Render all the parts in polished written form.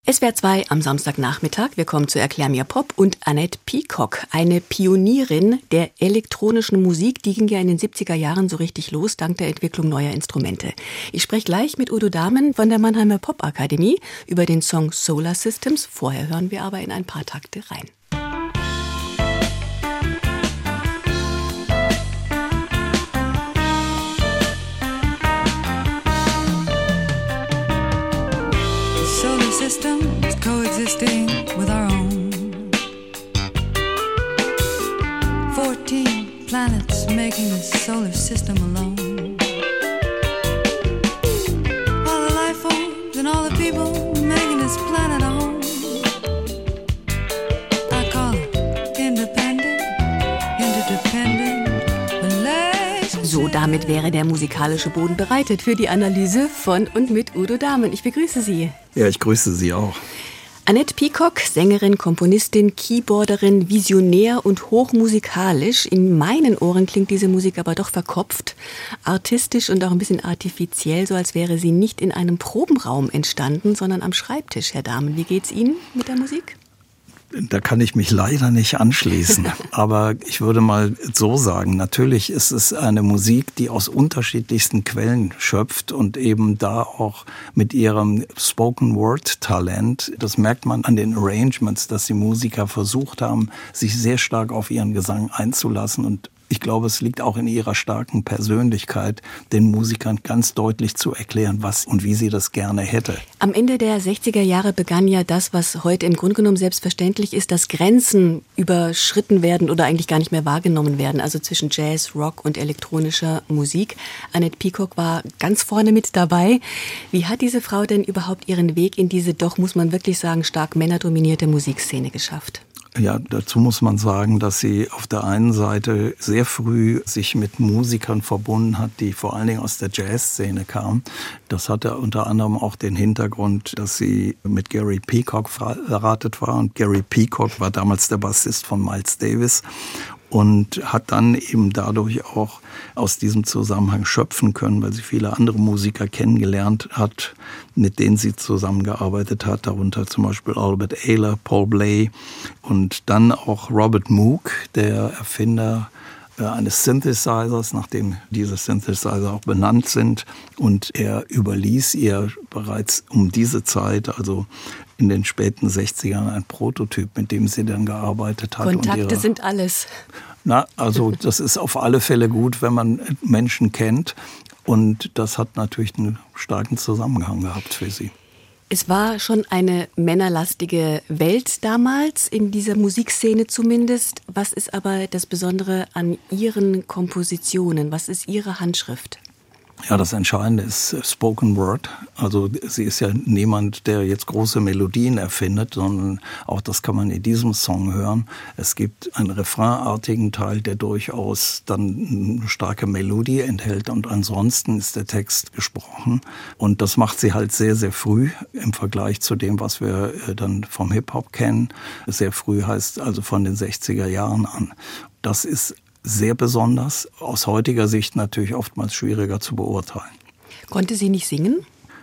SWR 2 am Samstagnachmittag. Wir kommen zu Erklär mir Pop und Annette Peacock, eine Pionierin der elektronischen Musik. Die ging ja in den 70er Jahren so richtig los, dank der Entwicklung neuer Instrumente. Ich spreche gleich mit Udo Dahmen von der Mannheimer Popakademie über den Song Solar Systems. Vorher hören wir aber in ein paar Takte rein. Systems coexisting with our own. 14 planets making a solar system alone. All the life forms and all the people making this planet a home. I call it independent, interdependent. So, damit wäre der musikalische Boden bereitet für die Analyse von und mit Udo Dahmen. Ich begrüße Sie. Ja, ich grüße Sie auch. Annette Peacock, Sängerin, Komponistin, Keyboarderin, visionär und hochmusikalisch. In meinen Ohren klingt diese Musik aber doch verkopft, artistisch und auch ein bisschen artifiziell, so als wäre sie nicht in einem Probenraum entstanden, sondern am Schreibtisch. Herr Dahmen, wie geht's Ihnen mit der Musik? Da kann ich mich leider nicht anschließen, aber ich würde mal so sagen, natürlich ist es eine Musik, die aus unterschiedlichsten Quellen schöpft und eben da auch mit ihrem Spoken-Word-Talent, das merkt man an den Arrangements, dass die Musiker versucht haben, sich sehr stark auf ihren Gesang einzulassen, und ich glaube, es liegt auch in ihrer starken Persönlichkeit, den Musikern ganz deutlich zu erklären, was und wie sie das gerne hätte. Am Ende der 60er Jahre begann ja das, was heute im Grunde genommen selbstverständlich ist, dass Grenzen überschritten werden oder eigentlich gar nicht mehr wahrgenommen werden, also zwischen Jazz, Rock und elektronischer Musik. Annette Peacock war ganz vorne mit dabei. Wie hat diese Frau denn überhaupt ihren Weg in diese doch, muss man wirklich sagen, stark männerdominierte Musikszene geschafft? Ja, dazu muss man sagen, dass sie auf der einen Seite sehr früh sich mit Musikern verbunden hat, die vor allen Dingen aus der Jazzszene kamen. Das hatte unter anderem auch den Hintergrund, dass sie mit Gary Peacock verheiratet war. Und Gary Peacock war damals der Bassist von Miles Davis und hat dann eben dadurch auch aus diesem Zusammenhang schöpfen können, weil sie viele andere Musiker kennengelernt hat, mit denen sie zusammengearbeitet hat, darunter zum Beispiel Albert Ayler, Paul Bley und dann auch Robert Moog, der Erfinder eines Synthesizers, nachdem diese Synthesizer auch benannt sind. Und er überließ ihr bereits um diese Zeit, also in den späten 60ern, ein Prototyp, mit dem sie dann gearbeitet hat. Kontakte sind alles. Also das ist auf alle Fälle gut, wenn man Menschen kennt. Und das hat natürlich einen starken Zusammenhang gehabt für sie. Es war schon eine männerlastige Welt damals, in dieser Musikszene zumindest. Was ist aber das Besondere an Ihren Kompositionen? Was ist Ihre Handschrift? Ja, das Entscheidende ist Spoken Word. Also sie ist ja niemand, der jetzt große Melodien erfindet, sondern auch das kann man in diesem Song hören. Es gibt einen refrainartigen Teil, der durchaus dann eine starke Melodie enthält, und ansonsten ist der Text gesprochen. Und das macht sie halt sehr, sehr früh im Vergleich zu dem, was wir dann vom Hip-Hop kennen. Sehr früh heißt also von den 60er Jahren an. Das ist sehr besonders, aus heutiger Sicht natürlich oftmals schwieriger zu beurteilen. Konnte sie nicht singen?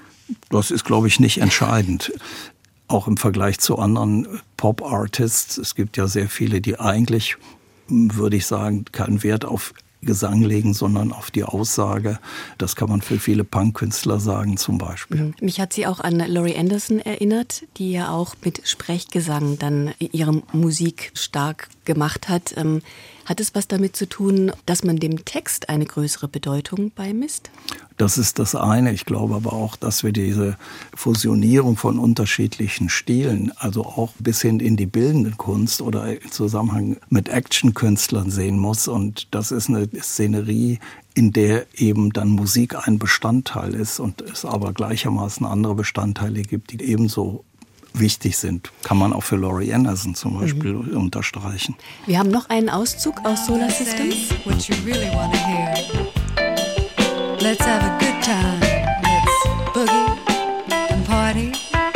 Das ist, glaube ich, nicht entscheidend. Auch im Vergleich zu anderen Pop-Artists. Es gibt ja sehr viele, die eigentlich, würde ich sagen, keinen Wert auf Gesang legen, sondern auf die Aussage. Das kann man für viele Punk-Künstler sagen zum Beispiel. Mich hat sie auch an Laurie Anderson erinnert, die ja auch mit Sprechgesang dann ihre Musik stark gemacht hat. Hat es was damit zu tun, dass man dem Text eine größere Bedeutung beimisst? Das ist das eine. Ich glaube aber auch, dass wir diese Fusionierung von unterschiedlichen Stilen, also auch bis hin in die bildende Kunst oder im Zusammenhang mit Action-Künstlern sehen muss. Und das ist eine Szenerie, in der eben dann Musik ein Bestandteil ist und es aber gleichermaßen andere Bestandteile gibt, die ebenso wichtig sind. Kann man auch für Laurie Anderson zum Beispiel unterstreichen. Wir haben noch einen Auszug aus Solar Systems. What you really wanna hear. Let's have a good time. Let's boogie and party.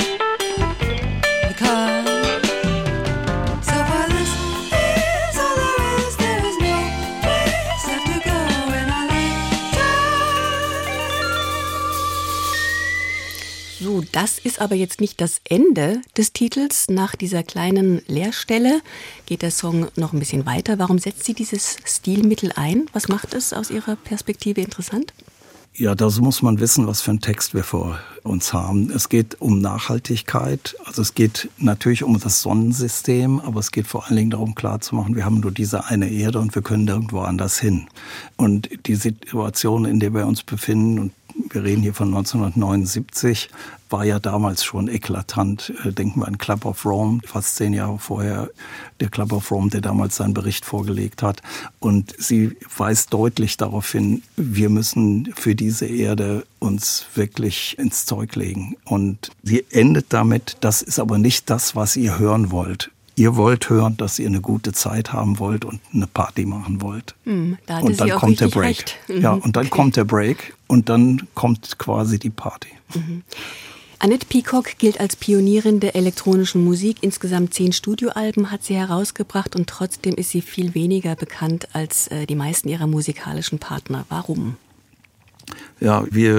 Because so far this is all there is. There is no place left to go in our lifetime. So, das ist ist aber jetzt nicht das Ende des Titels. Nach dieser kleinen Leerstelle geht der Song noch ein bisschen weiter. Warum setzt sie dieses Stilmittel ein? Was macht es aus Ihrer Perspektive interessant? Ja, das muss man wissen, was für einen Text wir vor uns haben. Es geht um Nachhaltigkeit, also es geht natürlich um das Sonnensystem, aber es geht vor allen Dingen darum klarzumachen, wir haben nur diese eine Erde und wir können nirgendwo anders hin. Und die Situation, in der wir uns befinden, und wir reden hier von 1979, war ja damals schon eklatant. Denken wir an Club of Rome, fast 10 Jahre vorher, der Club of Rome, der damals seinen Bericht vorgelegt hat. Und sie weist deutlich darauf hin, wir müssen für diese Erde uns wirklich ins Zeug legen. Und sie endet damit, das ist aber nicht das, was ihr hören wollt. Ihr wollt hören, dass ihr eine gute Zeit haben wollt und eine Party machen wollt. Da hatte und dann sie auch kommt der richtig Break. recht. Ja, und dann kommt der Break und dann kommt quasi die Party. Annette Peacock gilt als Pionierin der elektronischen Musik. Insgesamt 10 Studioalben hat sie herausgebracht und trotzdem ist sie viel weniger bekannt als die meisten ihrer musikalischen Partner. Warum? Ja, wir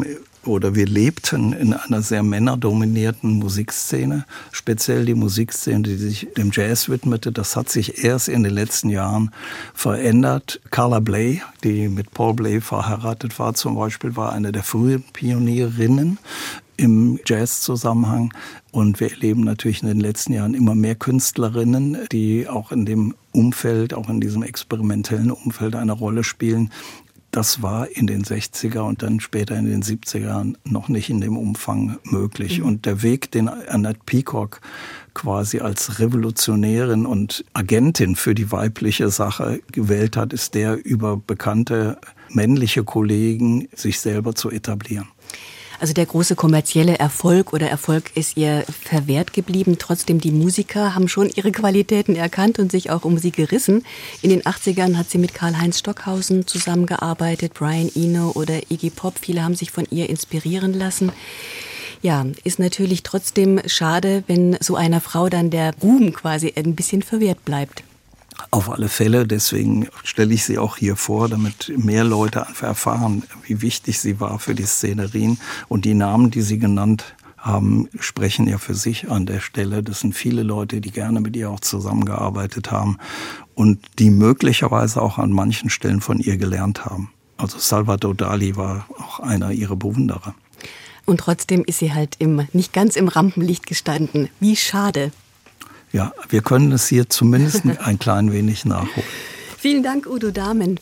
lebten in einer sehr männerdominierten Musikszene, speziell die Musikszene, die sich dem Jazz widmete. Das hat sich erst in den letzten Jahren verändert. Carla Bley, die mit Paul Bley verheiratet war zum Beispiel, war eine der frühen Pionierinnen im Jazz-Zusammenhang. Und wir erleben natürlich in den letzten Jahren immer mehr Künstlerinnen, die auch in dem Umfeld, auch in diesem experimentellen Umfeld eine Rolle spielen. Das war in den 60er und dann später in den 70ern noch nicht in dem Umfang möglich. Und der Weg, den Annette Peacock quasi als Revolutionärin und Agentin für die weibliche Sache gewählt hat, ist der, über bekannte männliche Kollegen sich selber zu etablieren. Also der große kommerzielle Erfolg ist ihr verwehrt geblieben. Trotzdem, die Musiker haben schon ihre Qualitäten erkannt und sich auch um sie gerissen. In den 80ern hat sie mit Karl-Heinz Stockhausen zusammengearbeitet, Brian Eno oder Iggy Pop. Viele haben sich von ihr inspirieren lassen. Ja, ist natürlich trotzdem schade, wenn so einer Frau dann der Ruhm quasi ein bisschen verwehrt bleibt. Auf alle Fälle, deswegen stelle ich sie auch hier vor, damit mehr Leute erfahren, wie wichtig sie war für die Szenerien. Und die Namen, die Sie genannt haben, sprechen ja für sich an der Stelle. Das sind viele Leute, die gerne mit ihr auch zusammengearbeitet haben und die möglicherweise auch an manchen Stellen von ihr gelernt haben. Also Salvador Dali war auch einer ihrer Bewunderer. Und trotzdem ist sie halt nicht ganz im Rampenlicht gestanden. Wie schade. Ja, wir können es hier zumindest ein klein wenig nachholen. Vielen Dank, Udo Dahmen.